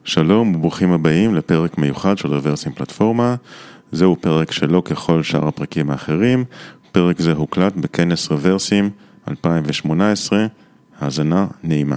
שלום וברוכים הבאים לפרק מיוחד של רוורסים פלטפורמה. זהו פרק שלא ככל שאר הפרקים האחרים. פרק זה הוקלט בכנס רוורסים 2018. האזנה נעימה.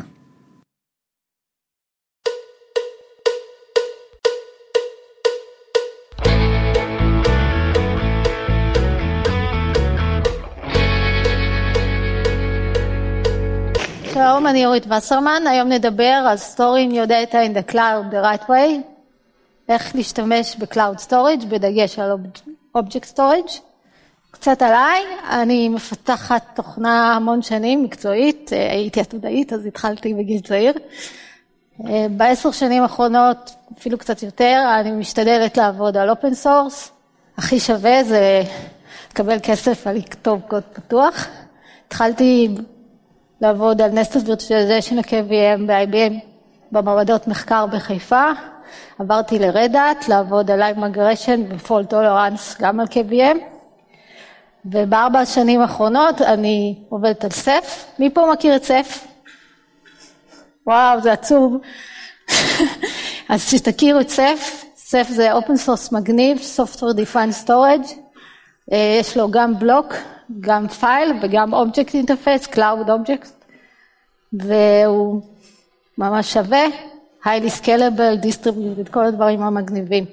שלום, אני אורית וסרמן. היום נדבר על storing your data in the cloud the right way. איך להשתמש ב-cloud storage, בדגש על object storage. קצת עליי, אני מפתחת תוכנה המון שנים, מקצועית, הייתי עתודאית, אז התחלתי בגיל צעיר. ב10 שנים האחרונות, אפילו קצת יותר, אני משתדלת לעבוד על open source. הכי שווה זה לקבל כסף על לכתוב קוד פתוח. התחלתי לעבוד על Nested Virtualization ה-KVM ב-IBM במעבדות מחקר בחיפה. עברתי ל-Red Hat, לעבוד על Live Migration ו-Fault Tolerance גם על KVM. וב4 השנים האחרונות אני עובדת על סף. מי פה מכיר את סף? וואו, זה עצוב. אז שתכירו את סף. סף זה Open Source מגניב, Software Defined Storage. יש לו גם בלוק, גם פייל וגם Object Interface, Cloud Object. והוא ממש שווה, highly scalable, distributed, כל הדברים המגניבים.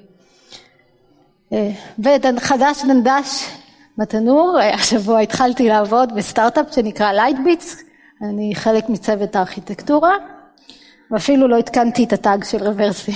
וחדש דנדש בתנור, השבוע התחלתי לעבוד בסטארט-אפ שנקרא Lightbits, אני חלק מצוות הארכיטקטורה, ואפילו לא התקנתי את הטאג של רוורסים.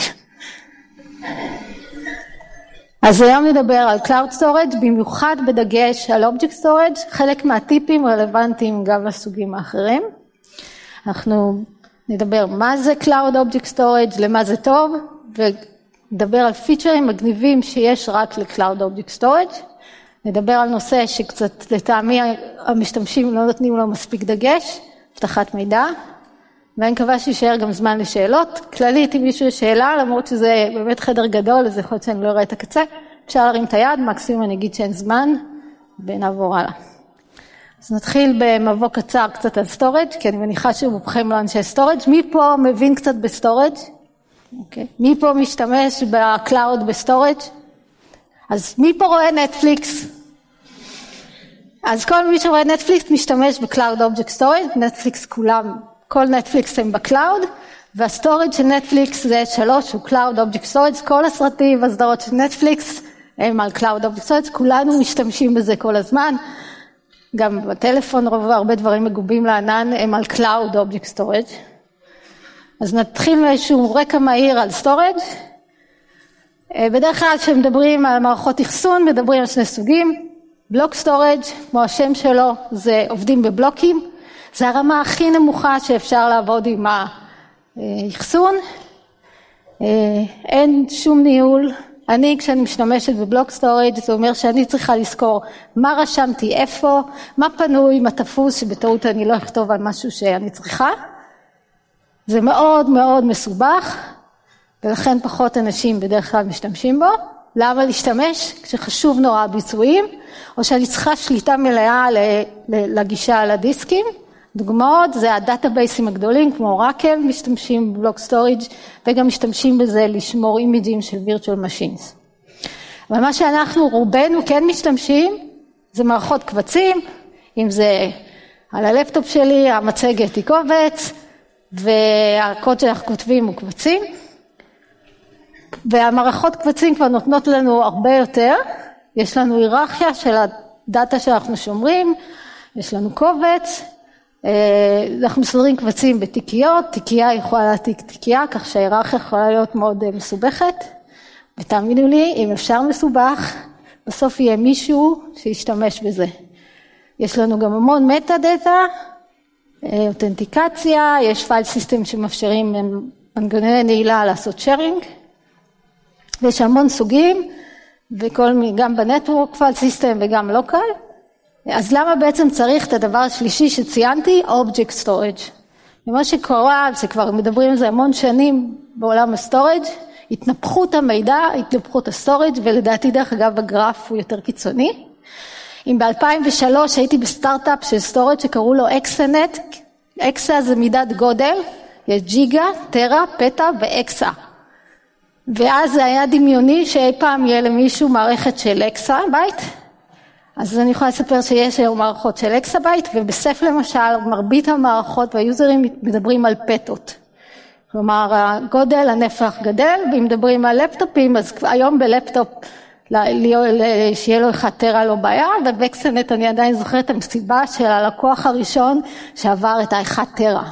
אז היום נדבר על Cloud Storage, במיוחד בדגש על Object Storage, חלק מהטיפים רלוונטיים גם לסוגים האחרים. אנחנו נדבר מה זה Cloud Object Storage, למה זה טוב, ונדבר על פיצ'רים מגניבים שיש רק ל-Cloud Object Storage. נדבר על נושא שקצת לטעמי המשתמשים לא נותנים לו מספיק דגש, הבטחת מידע, ואני מקווה שישאר גם זמן לשאלות. כללית, אם מישהו יש שאלה, למרות שזה באמת חדר גדול, אז יכול להיות שאני לא אראה את הקצה, אפשר להרים את היד, מקסימום אני אגיד שאין זמן, ונעבור הלאה. אז נתחיל במבוא קצר קצת על סטורג', כי אני מניחה שרובכם לא אנשי סטורג'. מי פה מבין קצת בסטורג'? אוקיי. מי פה משתמש בקלאוד בסטורג'? אז מי פה רואה נטפליקס? אז כל מי שרואה נטפליקס משתמש בקלאוד אובייקט סטורג', נטפליקס כולם, כל נטפליקס הם בקלאוד, והסטורג' של נטפליקס זה 3, הוא קלאוד אובייקט סטורג', כל הסרטים והסדרות של נטפליקס הם על קלאוד אובייקט סטורג', כולנו משתמשים בזה כל הזמן, גם בטלפון הרבה דברים מגובים לענן הם על קלאוד אובייקט סטורג'. אז נתחיל מאיזשהו רקע מהיר על סטורג'. בדרך כלל כשמדברים על מערכות אחסון, מדברים על שני סוגים. בלוק סטורג', כמו השם שלו, זה עובדים בבלוקים. זה הרמה הכי נמוכה שאפשר לעבוד עם האחסון. אין שום ניהול. כשאני משתמשת בבלוק סטורג' זה אומר שאני צריכה לזכור מה רשמתי איפה, מה פנוי, מה תפוס, שבטעות אני לא אכתוב על משהו שאני צריכה. זה מאוד מאוד מסובך. ולכן פחות אנשים בדרך כלל משתמשים בו. למה להשתמש? כשחשוב נורא ביצועים, או שאני צריכה שליטה מלאה לגישה על הדיסקים. דוגמאות זה הדאטאבייסים הגדולים, כמו אורקל, משתמשים בבלוק סטורג' וגם משתמשים בזה לשמור אימיג'ים של virtual machines. אבל מה שאנחנו רובנו כן משתמשים, זה מערכות קבצים, אם זה על הלפטופ שלי, המצגת היא קובץ, והקוד שאנחנו כותבים הוא קבצים. והמערכות קבצים כבר נותנות לנו הרבה יותר, יש לנו היררכיה של הדאטה שאנחנו שומרים, יש לנו קובץ, אנחנו מסדרים קבצים בתיקיות, תיקייה יכולה להעתיק תיקייה, כך שההיררכיה יכולה להיות מאוד מסובכת, ותאמינו לי, אם אפשר מסובך, בסוף יהיה מישהו שישתמש בזה. יש לנו גם המון מטה דאטה, אותנטיקציה, יש פייל סיסטם שמאפשרים מנגנוני נעילה לעשות שיירינג, ויש המון סוגים, גם בנטוורק פייל סיסטם וגם לוקל. אז למה בעצם צריך את הדבר השלישי שציינתי? אובייקט סטורג'. ומה שקורה, שכבר מדברים על זה המון שנים בעולם הסטורג', התנפחות המידע, התנפחות הסטורג', ולדעתי דרך אגב בגרף הוא יותר קיצוני. אם ב-2003 הייתי בסטארט-אפ של סטורג' שקראו לו אקסנט, אקסה זה מידת גודל, יש ג'יגה, טרה, פטה ואקסה. ואז זה היה דמיוני שאי פעם יהיה למישהו מערכת של אקסאבייט. אז אני יכולה לספר שיש היום מערכות של אקסאבייט, ובסף למשל מרבית המערכות והיוזרים מדברים על פטות. כלומר הגודל, הנפח גדל, ואם מדברים על לפטופים, אז היום בלפטופ שיהיה לו 1 טרה לא בעיה, ובאקסנט אני עדיין זוכרת את המסיבה של הלקוח הראשון שעבר את ה1 טרה.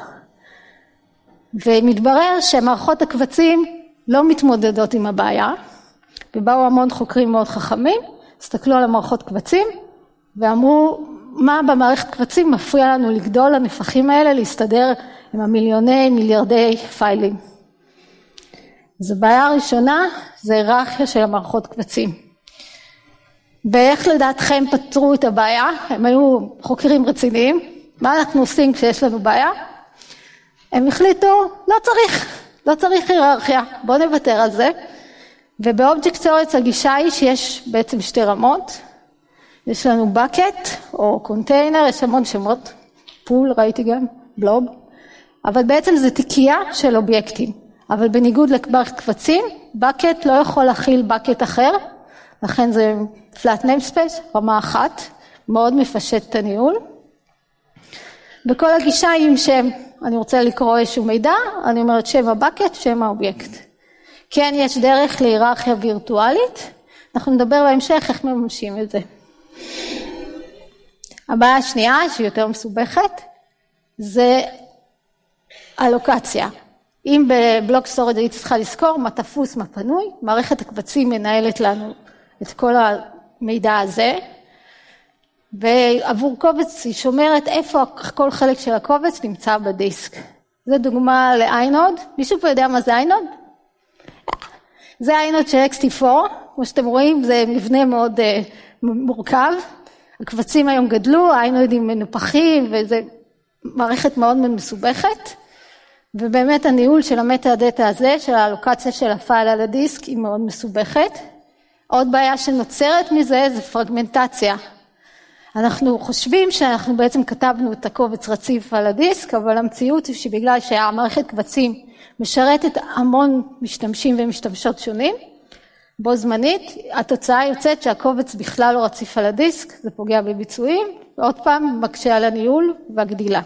ומתברר שמערכות הקבצים לא מתמודדות עם הבעיה, ובאו המון חוקרים מאוד חכמים, הסתכלו על המערכות קבצים, ואמרו מה במערכת קבצים מפריע לנו לגדול הנפחים האלה, להסתדר עם המיליוני מיליארדי פיילים. אז הבעיה הראשונה זה היררכיה של המערכות קבצים. ואיך לדעתכם פתרו את הבעיה? הם היו חוקרים רציניים. מה אנחנו עושים כשיש לנו בעיה? הם החליטו, לא צריך היררכיה, בואו נוותר על זה. ובאובייקט סטורג' הגישה היא שיש בעצם 2 רמות. יש לנו bucket או קונטיינר, יש המון שמות, פול ראיתי גם, בלוב. אבל בעצם זה תיקייה של אובייקטים. אבל בניגוד למערכת קבצים, bucket לא יכול להכיל bucket אחר, לכן זה flat namespace, רמה 1, מאוד מפשט את הניהול. בכל הגישה עם שם, אני רוצה לקרוא איזשהו מידע, אני אומרת שם ה-bucket, שם האובייקט. כן, יש דרך להיררכיה וירטואלית, אנחנו נדבר בהמשך איך מממשים את זה. הבעיה השנייה, שהיא יותר מסובכת, זה אלוקציה. אם בבלוק סטורג' הייתי צריכה לזכור מה תפוס, מה פנוי, מערכת הקבצים מנהלת לנו את כל המידע הזה, ועבור קובץ היא שומרת איפה כל חלק של הקובץ נמצא בדיסק. זו דוגמה לאיינוד. מישהו פה יודע מה זה איינוד? זה איינוד של XT4, כמו שאתם רואים זה מבנה מאוד מורכב. הקבצים היום גדלו, האיינודים מנופחים, וזה מערכת מאוד מסובכת. ובאמת הניהול של המטה דאטה הזה, של האלוקציה של הפייל על הדיסק, היא מאוד מסובכת. עוד בעיה שנוצרת מזה זה פרגמנטציה. אנחנו חושבים שאנחנו בעצם כתבנו את הקובץ רציף על הדיסק, אבל המציאות היא שבגלל שהמערכת קבצים משרתת המון משתמשים ומשתמשות שונים, בו זמנית, התוצאה יוצאת שהקובץ בכלל לא רציף על הדיסק, זה פוגע בביצועים, ועוד פעם מקשה על הניהול והגדילה.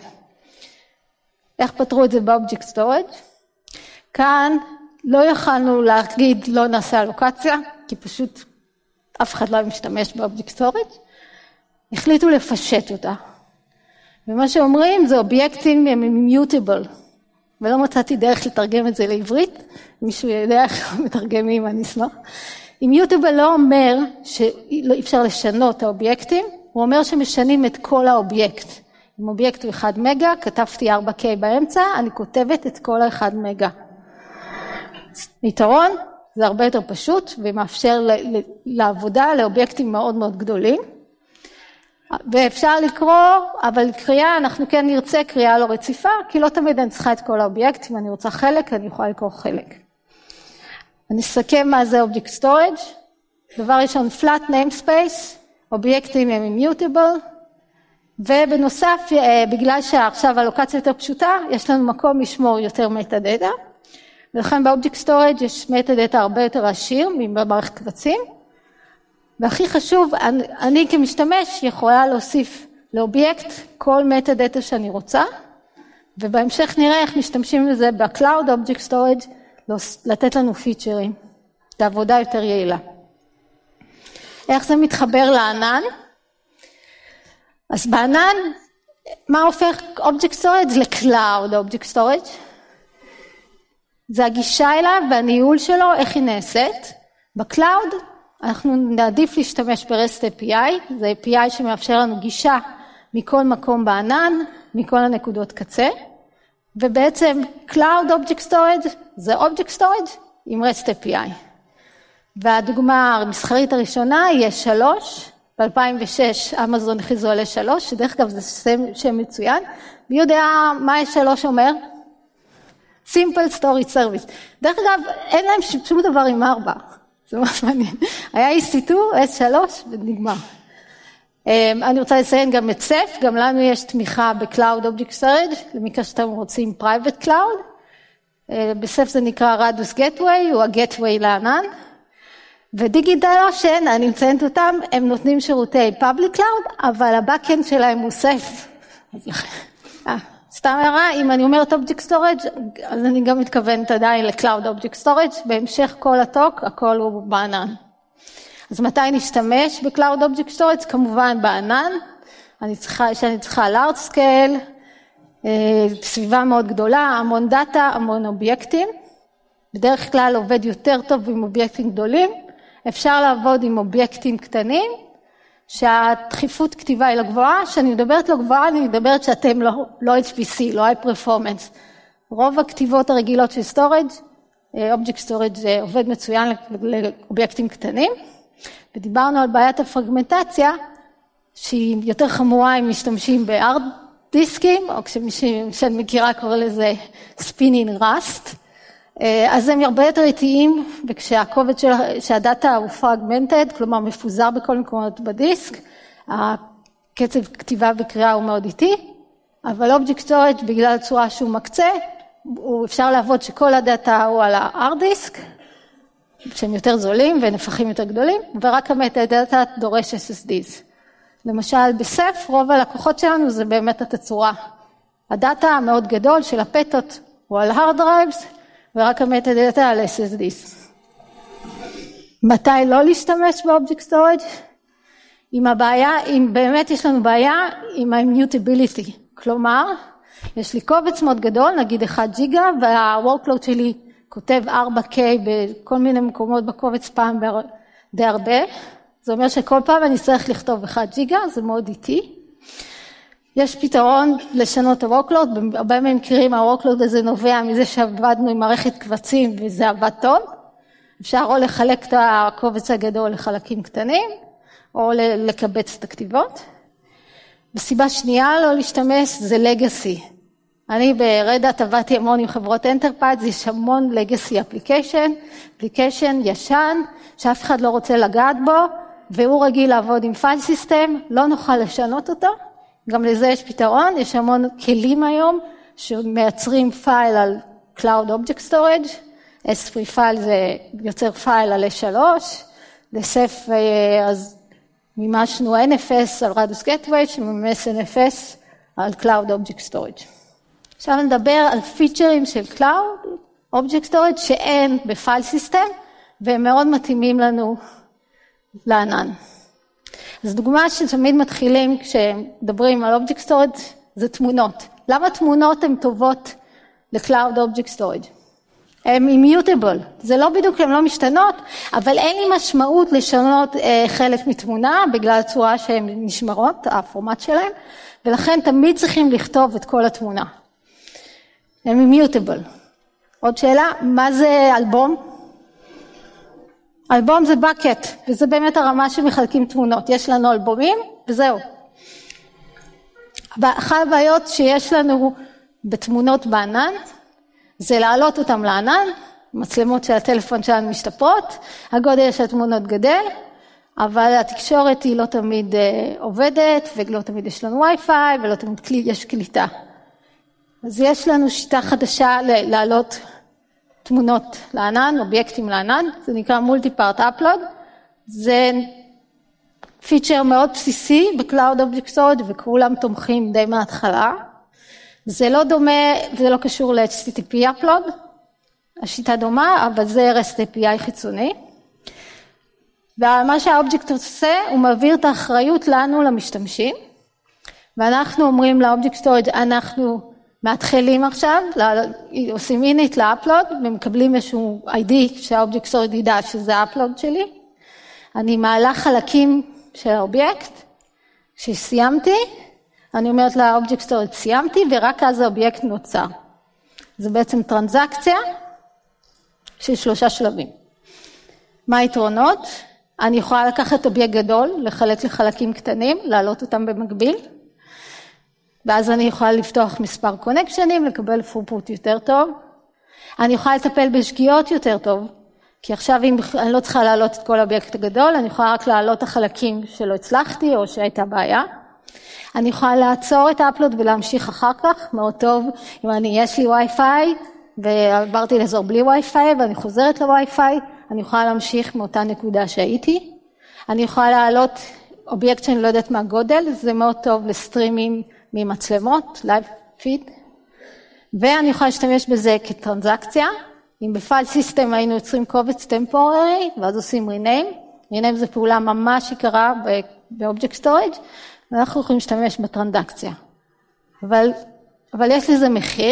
איך פתרו את זה באובייקט סטורג'? כאן לא יכולנו להגיד לא נעשה אלוקציה, כי פשוט אף אחד לא משתמש באובייקט סטורג'. החליטו לפשט אותה. ומה שאומרים זה אובייקטים הם immutable, ולא מצאתי דרך לתרגם את זה לעברית, מישהו יודע איך מתרגמים, אני אשמח. immutable לא אומר שאי אפשר לשנות את האובייקטים, הוא אומר שמשנים את כל האובייקט. אם אובייקט הוא 1 מגה, כתבתי 4K באמצע, אני כותבת את כל ה1 מגה. יתרון, זה הרבה יותר פשוט, ומאפשר לעבודה לאובייקטים מאוד מאוד גדולים. ואפשר לקרוא, אבל קריאה, אנחנו כן נרצה קריאה לא רציפה, כי לא תמיד אני צריכה את כל האובייקט, אם אני רוצה חלק, אני יכולה לקרוא חלק. אני אסכם מה זה Object Storage. דבר ראשון, Flat Namespace, אובייקטים הם immutable, ובנוסף, בגלל שעכשיו הלוקציה יותר פשוטה, יש לנו מקום לשמור יותר מטה דאטה, ולכן ב-Object Storage יש מטה דאטה הרבה יותר עשיר ממערכת קבצים, והכי חשוב, אני כמשתמש יכולה להוסיף לאובייקט כל מטה דאטה שאני רוצה, ובהמשך נראה איך משתמשים לזה ב-Cloud Object Storage, לתת לנו פיצ'רים, את העבודה יותר יעילה. איך זה מתחבר לענן? אז בענן, מה הופך Object Storage ל-Cloud Object Storage? זה הגישה אליו והניהול שלו, איך היא נעשית. ב-Cloud אנחנו נעדיף להשתמש ב-REST API, זה API שמאפשר לנו גישה מכל מקום בענן, מכל הנקודות קצה, ובעצם Cloud Object Storage זה Object Storage עם REST API. והדוגמה המסחרית הראשונה היא 3, ב-2006 אמזון הכריזו על 3, שדרך כלל זה שם מצוין, מי יודע מה 3 אומר? Simple Storage Service. דרך אגב, אין להם שום דבר עם 4. זה ממש מעניין. היה EC2, S3 ונגמר. אני רוצה לציין גם את סף, גם לנו יש תמיכה ב-Cloud Object Storage, למקרה שאתם רוצים Private Cloud, בסף זה נקרא רדיוס גטווי, הוא הגטווי לענן. ודיגיטלושן, אני מציינת אותם, הם נותנים שירותי פאבליק קלאוד, אבל הבאקאנד שלהם הוא סף. סתם הערה, אם אני אומרת אובייקט סטורג' אז אני גם מתכוונת עדיין לקלאוד אובייקט סטורג', בהמשך כל הטוק, הכל הוא בענן. אז מתי נשתמש בקלאוד אובייקט סטורג'? כמובן בענן, שאני צריכה large scale, סביבה מאוד גדולה, המון דאטה, המון אובייקטים. בדרך כלל עובד יותר טוב עם אובייקטים גדולים, אפשר לעבוד עם אובייקטים קטנים, שהדחיפות כתיבה היא לא גבוהה, שאני מדברת לא גבוהה, אני מדברת שאתם לא HPC, לא High Performance. רוב הכתיבות הרגילות של Storage, Object Storage זה עובד מצוין לאובייקטים קטנים, ודיברנו על בעיית הפרגמנטציה, שהיא יותר חמורה אם משתמשים ב-hard דיסקים, או כשאני מכירה קורא לזה Spinning Rust, אז הם הרבה יותר איטיים, וכשהקובץ שהדאטה הוא פרגמנטד, כלומר מפוזר בכל מקומות בדיסק, הקצב כתיבה וקריאה הוא מאוד איטי, אבל אובייקט סטורג' בגלל הצורה שהוא מקצה, אפשר לעבוד שכל הדאטה הוא על ה-hard disk, שהם יותר זולים ונפחים יותר גדולים, ורק המטה-דאטה דורש SSDs. למשל בסף, רוב הלקוחות שלנו זה באמת התצורה. הדאטה המאוד גדול של הפטות הוא על hard drives, ורק המטה-דאטה על SSDs. מתי לא להשתמש באובייקט סטורג'? אם באמת יש לנו בעיה עם ה-immutability. כלומר, יש לי קובץ מאוד גדול, נגיד 1 ג'יגה, וה-workload שלי כותב 4K בכל מיני מקומות בקובץ פעם די הרבה. זה אומר שכל פעם אני צריך לכתוב 1 ג'יגה, זה מאוד איטי. יש פתרון לשנות את ה-workload, בהרבה מקרים ה-workload הזה נובע מזה שעבדנו עם מערכת קבצים וזה עבד טוב. אפשר או לחלק את הקובץ הגדול לחלקים קטנים, או לקבץ את הכתיבות. וסיבה שנייה לא להשתמש זה legacy. אני ברדאט עבדתי המון עם חברות אנטרפרייז, יש המון legacy application ישן, שאף אחד לא רוצה לגעת בו, והוא רגיל לעבוד עם פייל סיסטם, לא נוכל לשנות אותו. גם לזה יש פתרון, יש המון כלים היום שמייצרים פייל על Cloud Object Storage, S3 פייל זה יוצר פייל על S3, לסף אז מימשנו NFS על Radius Gateway, שממש NFS על Cloud Object Storage. עכשיו נדבר על פיצ'רים של Cloud Object Storage שאין בפייל סיסטם, והם מאוד מתאימים לנו לענן. אז דוגמה שתמיד מתחילים כשמדברים על Object Storage זה תמונות. למה תמונות הן טובות ל-Cloud Object Storage? הן immutable, זה לא בדיוק, הן לא משתנות, אבל אין לי משמעות לשנות חלק מתמונה בגלל הצורה שהן נשמרות, הפורמט שלהן, ולכן תמיד צריכים לכתוב את כל התמונה. הן immutable. עוד שאלה, מה זה אלבום? אלבום זה bucket, וזה באמת הרמה שמחלקים תמונות. יש לנו אלבומים, וזהו. אחת הבעיות שיש לנו בתמונות בענן, זה להעלות אותם לענן, מצלמות של הטלפון שלנו משתפרות, הגודל של התמונות גדל, אבל התקשורת היא לא תמיד עובדת, ולא תמיד יש לנו וי-פיי, ולא תמיד יש קליטה. אז יש לנו שיטה חדשה להעלות תמונות לענן, אובייקטים לענן, זה נקרא Multi-Part Upload, זה פיצ'ר מאוד בסיסי ב-Cloud Object Storage, וכולם תומכים די מההתחלה. זה לא דומה, וזה לא קשור ל-HTTP Upload, השיטה דומה, אבל זה REST API חיצוני. ומה שהאובייקט עושה, הוא מעביר את האחריות לנו למשתמשים, ואנחנו אומרים לאובייקט סטורג' אנחנו מתחילים עכשיו, עושים init לאפלוד, ומקבלים איזשהו ID שהאובייקט סטורג' ידע שזה האפלוד שלי. אני מעלה חלקים של האובייקט, כשסיימתי, אני אומרת לאובייקט סטורג' סיימתי, ורק אז האובייקט נוצר. זה בעצם טרנזקציה של 3 שלבים. מה היתרונות? אני יכולה לקחת אובייקט גדול, לחלק לחלקים קטנים, להעלות אותם במקביל, ואז אני יכולה לפתוח מספר קונקשנים, לקבל throughput יותר טוב. אני יכולה לטפל בשגיאות יותר טוב, כי עכשיו אני לא צריכה להעלות את כל האובייקט הגדול, אני יכולה רק להעלות את החלקים שלא הצלחתי או שהייתה בעיה. אני יכולה לעצור את האפלוד ולהמשיך אחר כך, מאוד טוב, אם יש לי וי-פיי, ועברתי לאזור בלי וי-פיי, ואני חוזרת לווי-פיי, אני יכולה להמשיך מאותה נקודה שהייתי. אני יכולה להעלות אובייקט שאני לא יודעת מה גודל, זה מאוד טוב לסטרימים ממצלמות, לייב פיד, ואני יכולה להשתמש בזה כטרנזקציה. אם בפייל סיסטם היינו יוצרים קובץ טמפוררי, ואז עושים rename. rename זה פעולה ממש יקרה באובייקט סטורג', ואנחנו יכולים להשתמש בטרנזקציה. אבל יש לזה מחיר.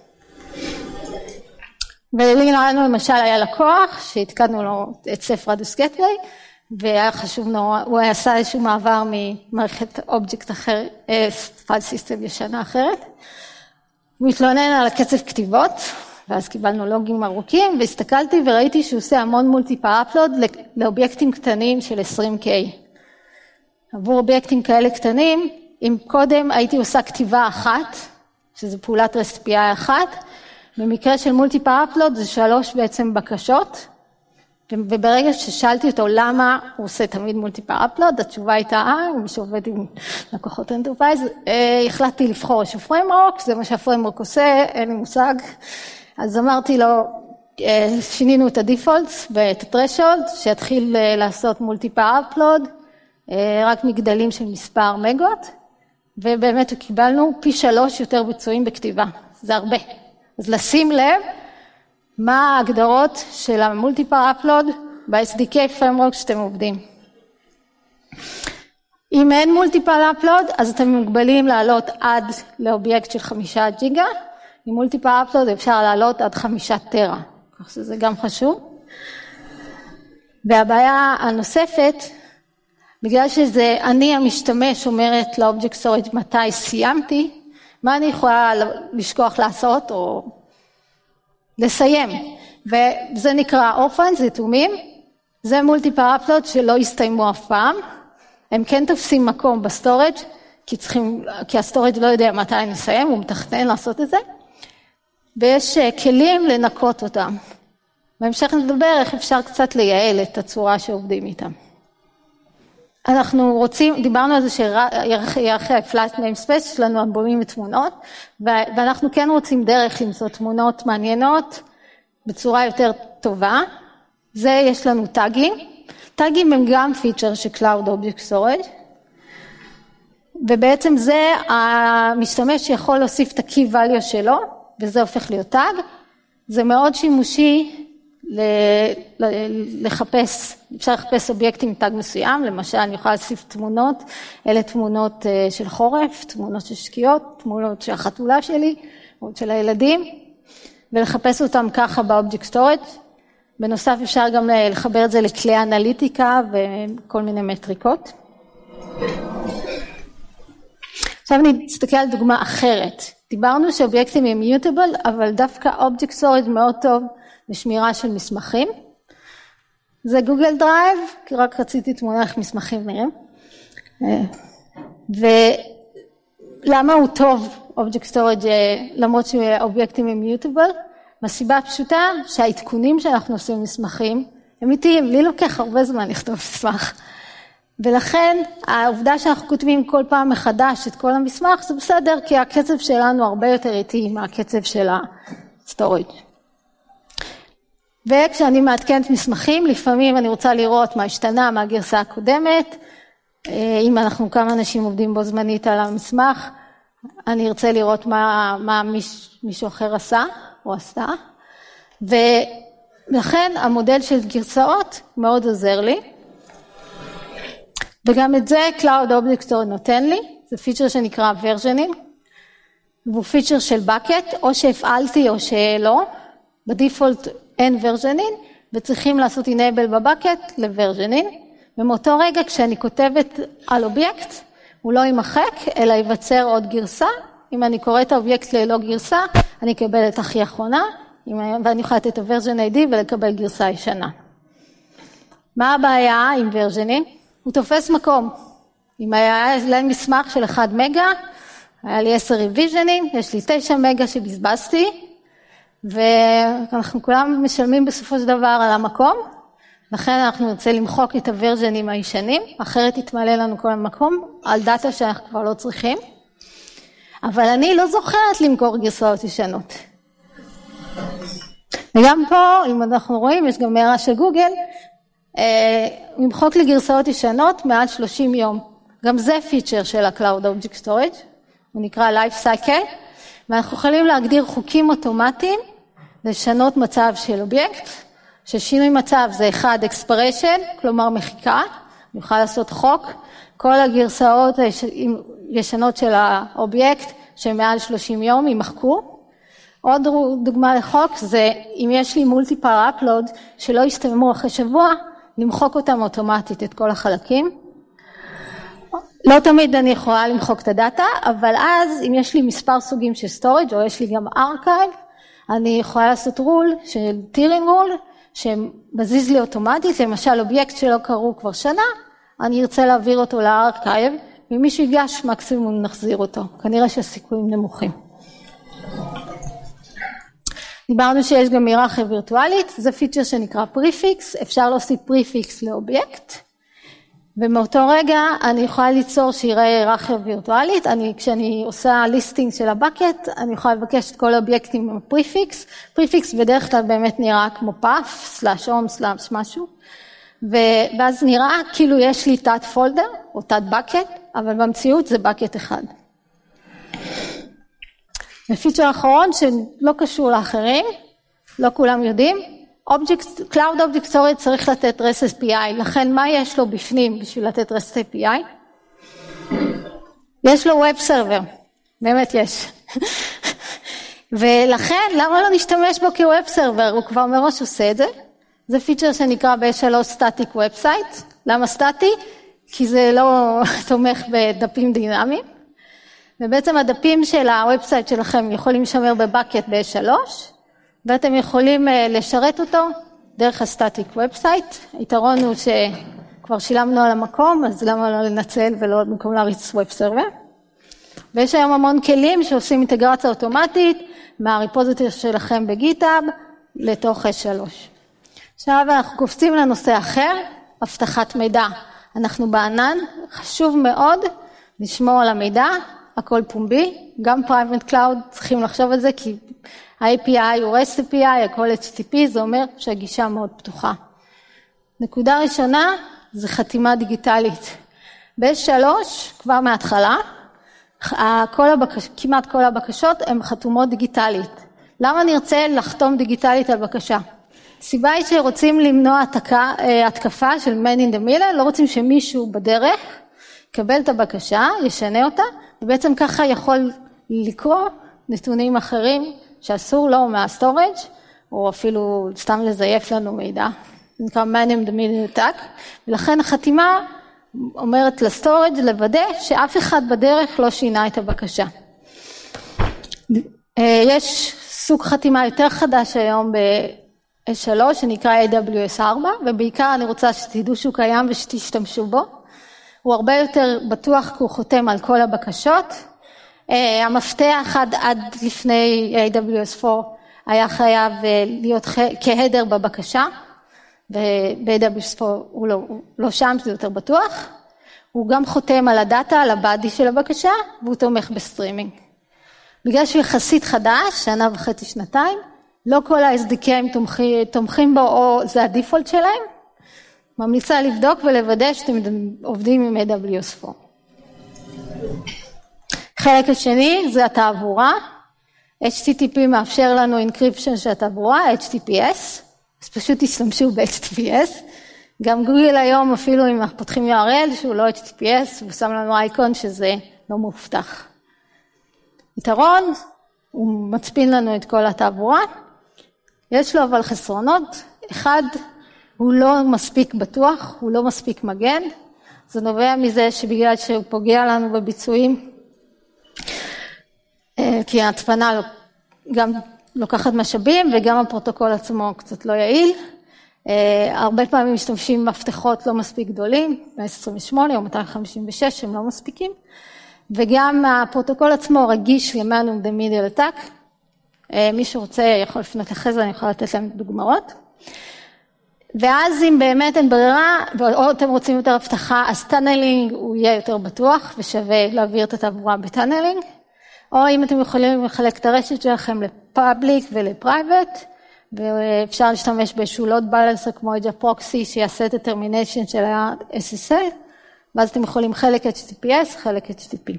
ולנו למשל היה לקוח, שהתקדנו לו את ספר רדיוס גטווי, והיה חשוב נורא, הוא עשה איזשהו מעבר ממערכת אובייקט אחר, פייל סיסטם ישנה אחרת. הוא התלונן על הקצב כתיבות, ואז קיבלנו לוגים ארוכים, והסתכלתי וראיתי שהוא עושה המון מולטיפל אפלוד לאובייקטים קטנים של 20K. עבור אובייקטים כאלה קטנים, אם קודם הייתי עושה כתיבה אחת, שזו פעולת REST-API אחת, במקרה של מולטיפל אפלוד זה 3 בעצם בקשות, וברגע ששאלתי אותו למה הוא עושה תמיד מולטיפל אפלוד, התשובה הייתה, מי שעובד עם לקוחות אנטרפרייז, החלטתי לבחור איזשהו פריימוורק, זה מה שהפריימוורק עושה, אין לי מושג. אז אמרתי לו, שינינו את הדיפולטס ואת הטרשולד, שיתחיל לעשות מולטיפל אפלוד, רק מגדלים של מספר מגות, ובאמת קיבלנו פי 3 יותר ביצועים בכתיבה, זה הרבה. אז לשים לב, מה ההגדרות של המולטיפל אפלוד ב-SDK פריימוורק שאתם עובדים. אם אין מולטיפל אפלוד, אז אתם מוגבלים לעלות עד לאובייקט של 5 ג'יגה, עם מולטיפל אפלוד אפשר לעלות עד 5 טרה, כך שזה גם חשוב. והבעיה הנוספת, בגלל שזה אני המשתמש אומרת לאובייקט סטורג' מתי סיימתי, מה אני יכולה לשכוח לעשות או לסיים, וזה נקרא אופן, זה תאומים, זה מולטיפל אפלוד שלא יסתיימו אף פעם, הם כן תופסים מקום בסטורג' כי הסטורג' לא יודע מתי נסיים, הוא מתכנן לעשות את זה, ויש כלים לנקות אותם. בהמשך נדבר איך אפשר קצת לייעל את הצורה שעובדים איתם. אנחנו רוצים, דיברנו על זה שהיררכיה פלאט ניימספייס, יש לנו אלבומים ותמונות, ואנחנו כן רוצים דרך למצוא תמונות מעניינות בצורה יותר טובה. זה יש לנו טאגים. טאגים הם גם פיצ'ר של Cloud Object Storage, ובעצם זה המשתמש שיכול להוסיף את ה-key value שלו, וזה הופך להיות טאג. זה מאוד שימושי לחפש, אפשר לחפש אובייקטים עם טאג מסוים, למשל אני יכולה להוסיף תמונות, אלה תמונות של חורף, תמונות של שקיעות, תמונות של החתולה שלי, או של הילדים, ולחפש אותם ככה באובייקט סטורג'. בנוסף אפשר גם לחבר את זה לכלי אנליטיקה וכל מיני מטריקות. עכשיו נסתכל על דוגמה אחרת. דיברנו שאובייקטים הם מיוטבל, אבל דווקא אובייקט סטורג' מאוד טוב לשמירה של מסמכים. זה גוגל דרייב, כי רק רציתי תמונה איך מסמכים נראים. ולמה הוא טוב, אובייקט סטורג' למרות שאובייקטים הם מיוטבל? מהסיבה הפשוטה שהעדכונים שאנחנו עושים במסמכים, הם איטיים, לי לוקח הרבה זמן לכתוב מסמך. ולכן העובדה שאנחנו כותבים כל פעם מחדש את כל המסמך, זה בסדר, כי הקצב שלנו הרבה יותר איטי מהקצב של הסטורג'. וכשאני מעדכנת מסמכים, לפעמים אני רוצה לראות מה השתנה מהגרסה הקודמת, אם אנחנו כמה אנשים עובדים בו זמנית על המסמך, אני ארצה לראות מה מישהו אחר עשה או עשתה, ולכן המודל של גרסאות מאוד עוזר לי, וגם את זה Cloud Object Store נותן לי, זה פיצ'ר שנקרא versioning, והוא פיצ'ר של bucket, או שהפעלתי או שלא, בדיפולט אין versioning, וצריכים לעשות enable בבקט ל-versioning, ומאותו רגע כשאני כותבת על אובייקט, הוא לא יימחק, אלא ייווצר עוד גרסה, אם אני קוראת את האובייקט ללא גרסה, אני אקבל את הכי אחרונה, ואני יכולה לתת את ה-version ID ולקבל גרסה ישנה. מה הבעיה עם versioning? הוא תופס מקום. אם היה להם מסמך של 1 מגה, היה לי 10 revisioning, יש לי 9 מגה שבזבזתי, ואנחנו כולם משלמים בסופו של דבר על המקום, לכן אנחנו נרצה למחוק את הוורז'נים הישנים, אחרת יתמלא לנו כל המקום על דאטה שאנחנו כבר לא צריכים, אבל אני לא זוכרת למכור גרסאות ישנות. וגם פה, אם אנחנו רואים, יש גם הערה של גוגל, למחוק לגרסאות ישנות מעל 30 יום. גם זה פיצ'ר של ה-Cloud Object Storage, הוא נקרא Life Cycle, ואנחנו יכולים להגדיר חוקים אוטומטיים, לשנות מצב של אובייקט, ששינוי מצב זה אחד expiration, כלומר מחיקה, נוכל לעשות חוק, כל הגרסאות ישנות של האובייקט, שמעל 30 יום יימחקו. עוד דוגמה לחוק זה, אם יש לי מולטיפל אפלוד שלא יסתיימו אחרי שבוע, למחוק אותם אוטומטית את כל החלקים. לא תמיד אני יכולה למחוק את הדאטה, אבל אז אם יש לי מספר סוגים של סטורג' או יש לי גם ארכייב, אני יכולה לעשות רול של טירינג רול, שמזיז לי אוטומטית, למשל אובייקט שלא קראו כבר שנה, אני ארצה להעביר אותו לארכייב, ואם מישהו ייגש מקסימום נחזיר אותו, כנראה שהסיכויים נמוכים. דיברנו שיש גם היררכיה וירטואלית, זה פיצ'ר שנקרא פריפיקס, אפשר להוסיף פריפיקס לאובייקט, ומאותו רגע אני יכולה ליצור שיראה היררכיה וירטואלית, כשאני עושה ליסטינג של הבקט, אני יכולה לבקש את כל האובייקטים עם הפריפיקס, פריפיקס בדרך כלל באמת נראה כמו פאף, סלאש הום, סלאש משהו, ואז נראה כאילו יש לי תת פולדר או תת בקט, אבל במציאות זה בקט אחד. ופיצ'ר האחרון שלא קשור לאחרים, לא כולם יודעים, Cloud Object Storage צריך לתת REST API, לכן מה יש לו בפנים בשביל לתת REST API? יש לו Web Server, באמת יש. ולכן למה לא נשתמש בו כ-Web Server? הוא כבר מראש עושה את זה. זה פיצ'ר שנקרא ב-3 Static Website. למה סטטי? כי זה לא תומך בדפים דינמיים. ובעצם הדפים של הוובסייט שלכם יכולים לשמר בבקט ב-3, ואתם יכולים לשרת אותו דרך הסטטיק וובסייט. היתרון הוא שכבר שילמנו על המקום, אז למה לא לנצל ולא במקום להריץ ווב סרבר. ויש היום המון כלים שעושים אינטגרציה אוטומטית מהריפוזיטורי שלכם בגיטהאב לתוך S3. עכשיו אנחנו קופצים לנושא אחר, הבטחת מידע. אנחנו בענן, חשוב מאוד לשמור על המידע, הכל פומבי, גם Private Cloud צריכים לחשוב על זה, כי ה-API הוא REST API, הכל HTTP, זה אומר שהגישה מאוד פתוחה. נקודה ראשונה, זה חתימה דיגיטלית. ב-3, כבר מההתחלה, כמעט כל הבקשות הן חתומות דיגיטלית. למה נרצה לחתום דיגיטלית על בקשה? הסיבה היא שרוצים למנוע התקפה של man in the middle, לא רוצים שמישהו בדרך יקבל את הבקשה, ישנה אותה, ובעצם ככה יכול לקרוא נתונים אחרים שאסור לו מהסטורג' או אפילו סתם לזייף לנו מידע. זה נקרא man in the middle attack, ולכן החתימה אומרת לסטורג' לוודא שאף אחד בדרך לא שינה את הבקשה. יש סוג חתימה יותר חדש היום ב-S3 שנקרא AWS 4, ובעיקר אני רוצה שתדעו שהוא קיים ושתשתמשו בו. הוא הרבה יותר בטוח כי הוא חותם על כל הבקשות. המפתח עד לפני AWS 4 היה חייב להיות כהדר בבקשה, וב-AWS 4 הוא לא שם, זה יותר בטוח. הוא גם חותם על הדאטה, על הבאדי של הבקשה, והוא תומך בסטרימינג. בגלל שהוא יחסית חדש, שנה וחצי, שנתיים, לא כל ה-SDKים תומכים בו, או זה הדיפולט שלהם. ממליצה לבדוק ולוודא שאתם עובדים עם AWS 4. חלק השני זה התעבורה. HTTP מאפשר לנו אינקריפשן של התעבורה, HTTPS. אז פשוט תשתמשו ב-HTTPS. גם גוגל היום אפילו אם אנחנו פותחים URL שהוא לא HTTPS, הוא שם לנו אייקון שזה לא מובטח. יתרון, הוא מצפין לנו את כל התעבורה. יש לו אבל חסרונות. אחד, הוא לא מספיק בטוח, הוא לא מספיק מגן. זה נובע מזה שבגלל שהוא פוגע לנו בביצועים, כי ההצפנה גם לוקחת משאבים וגם הפרוטוקול עצמו קצת לא יעיל. הרבה פעמים משתמשים מפתחות לא מספיק גדולים, 128 או 256 שהם לא מספיקים. וגם הפרוטוקול עצמו רגיש ל-man in the middle attack. מי שרוצה יכול לפנות אחרי זה, אני יכולה לתת להם דוגמאות. ואז אם באמת אין ברירה, או אתם רוצים יותר הבטחה, אז טאנלינג הוא יהיה יותר בטוח ושווה להעביר את התעבורה בטאנלינג. או אם אתם יכולים לחלק את הרשת שלכם לפאבליק ולפרייבט, ואפשר להשתמש באיזשהו לוד בלנסר כמו אג'ה פרוקסי שיעשה את הטרמיניישן של ה-SSL, ואז אתם יכולים חלק HTTPS, חלק HTTP.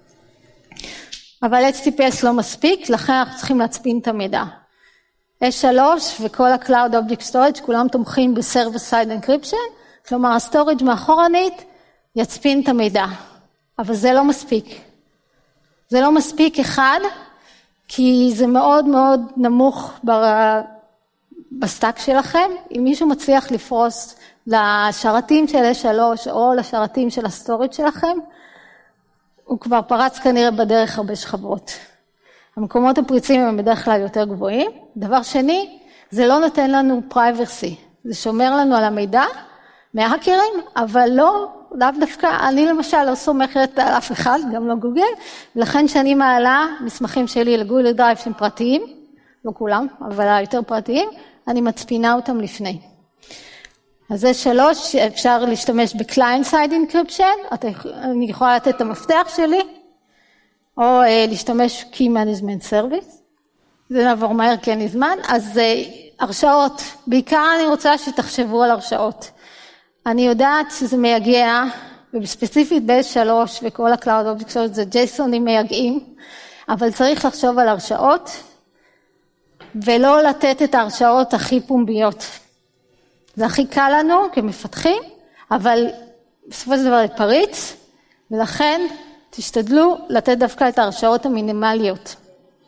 אבל HTTPS לא מספיק, לכן אנחנו צריכים להצפין את המידע. S3 וכל ה-Cloud Object Storage, כולם תומכים ב-Server Side Encryption, כלומר ה-Storage מאחורנית יצפין את המידע, אבל זה לא מספיק. זה לא מספיק אחד, כי זה מאוד מאוד נמוך בסטאק שלכם. אם מישהו מצליח לפרוס לשרתים של S3 או לשרתים של הסטורג' שלכם, הוא כבר פרץ כנראה בדרך הרבה שכבות. המקומות הפריצים הם בדרך כלל יותר גבוהים. דבר שני, זה לא נותן לנו privacy. זה שומר לנו על המידע מההאקרים, אבל לאו דווקא, אני למשל לא סומכת על אף אחד, גם לא גוגל, ולכן שאני מעלה מסמכים שלי לגוגל דרייב שהם פרטיים, לא כולם, אבל היותר פרטיים, אני מצפינה אותם לפני. אז זה 3, אפשר להשתמש ב-Client Side Encryption, אני יכולה לתת את המפתח שלי, או להשתמש Key Management Service, זה נעבור מהר כי אין לי זמן, אז הרשאות, בעיקר אני רוצה שתחשבו על הרשאות. אני יודעת שזה מייגע, ובספציפית ב-S3 וכל ה-Cloud Object Storage זה JSONים מייגעים, אבל צריך לחשוב על הרשאות, ולא לתת את ההרשאות הכי פומביות. זה הכי קל לנו כמפתחים, אבל בסופו של דבר זה פריץ, ולכן תשתדלו לתת דווקא את ההרשאות המינימליות.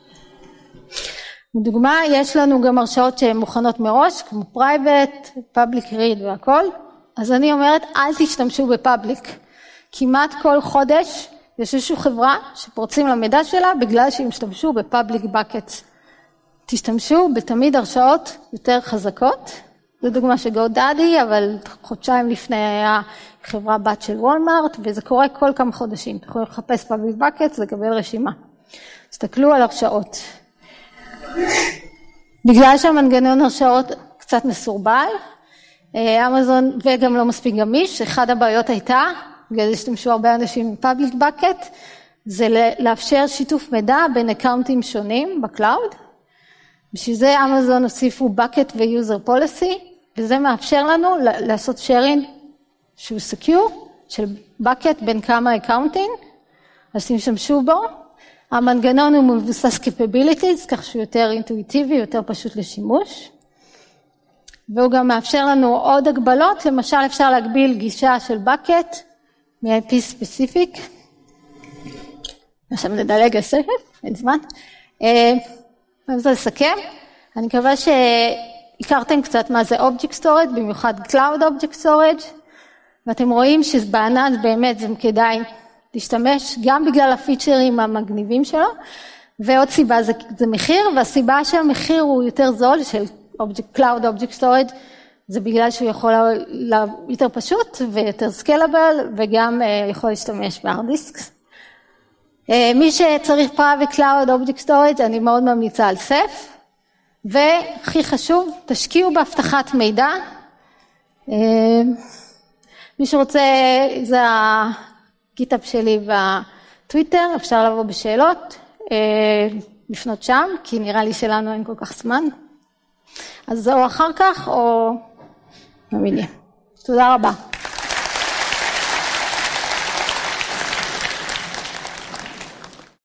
לדוגמה, יש לנו גם הרשאות שהן מוכנות מראש, כמו Private, Public Read והכל, אז אני אומרת, אל תשתמשו בפאבליק. כמעט כל חודש יש איזושהי חברה שפורצים למידע שלה בגלל שהם השתמשו בפאבליק בקטס. תשתמשו בתמיד הרשאות יותר חזקות. זו דוגמה שגודאדי, אבל חודשיים לפני היה חברה בת של וולמארט, וזה קורה כל כמה חודשים. אתם יכולים לחפש פאבליק בקטס, לקבל רשימה. תסתכלו על הרשאות. בגלל שהמנגנון הרשאות קצת מסורבל, אמזון וגם לא מספיק גמיש, אחד הבעיות הייתה, בגלל שתמשו הרבה אנשים עם פאבליק בקט, זה לאפשר שיתוף מידע בין אקאונטים שונים בקלאוד. בשביל זה אמזון הוסיפו בקט ויוזר פוליסי, וזה מאפשר לנו לעשות שיירינג שהוא סקיור, של בקט בין כמה אקאונטים, אז תשתמשו בו. המנגנון הוא מבוסס capabilities, כך שהוא יותר אינטואיטיבי, יותר פשוט לשימוש. והוא גם מאפשר לנו עוד הגבלות, למשל אפשר להגביל גישה של בקט מ-IP ספציפיק. עכשיו נדלג לספר, אין זמן. אני רוצה לסכם. אני מקווה שהכרתם קצת מה זה Object Storage, במיוחד Cloud Object Storage, ואתם רואים שבענן באמת זה כדאי להשתמש, גם בגלל הפיצ'רים המגניבים שלו, ועוד סיבה זה מחיר, והסיבה שהמחיר הוא יותר זול של Cloud Object Storage, זה בגלל שהוא יכול יותר פשוט ויותר סקלבל, וגם יכול להשתמש בהארד דיסקס. מי שצריך Private Cloud Object Storage, אני מאוד ממליצה על סף, והכי חשוב, תשקיעו בהבטחת מידע. מי שרוצה, זה הגיטאפ שלי בטוויטר, אפשר לבוא בשאלות, לפנות שם, כי נראה לי שלנו אין כל כך זמן. אז או אחר כך, או במילים. תודה רבה.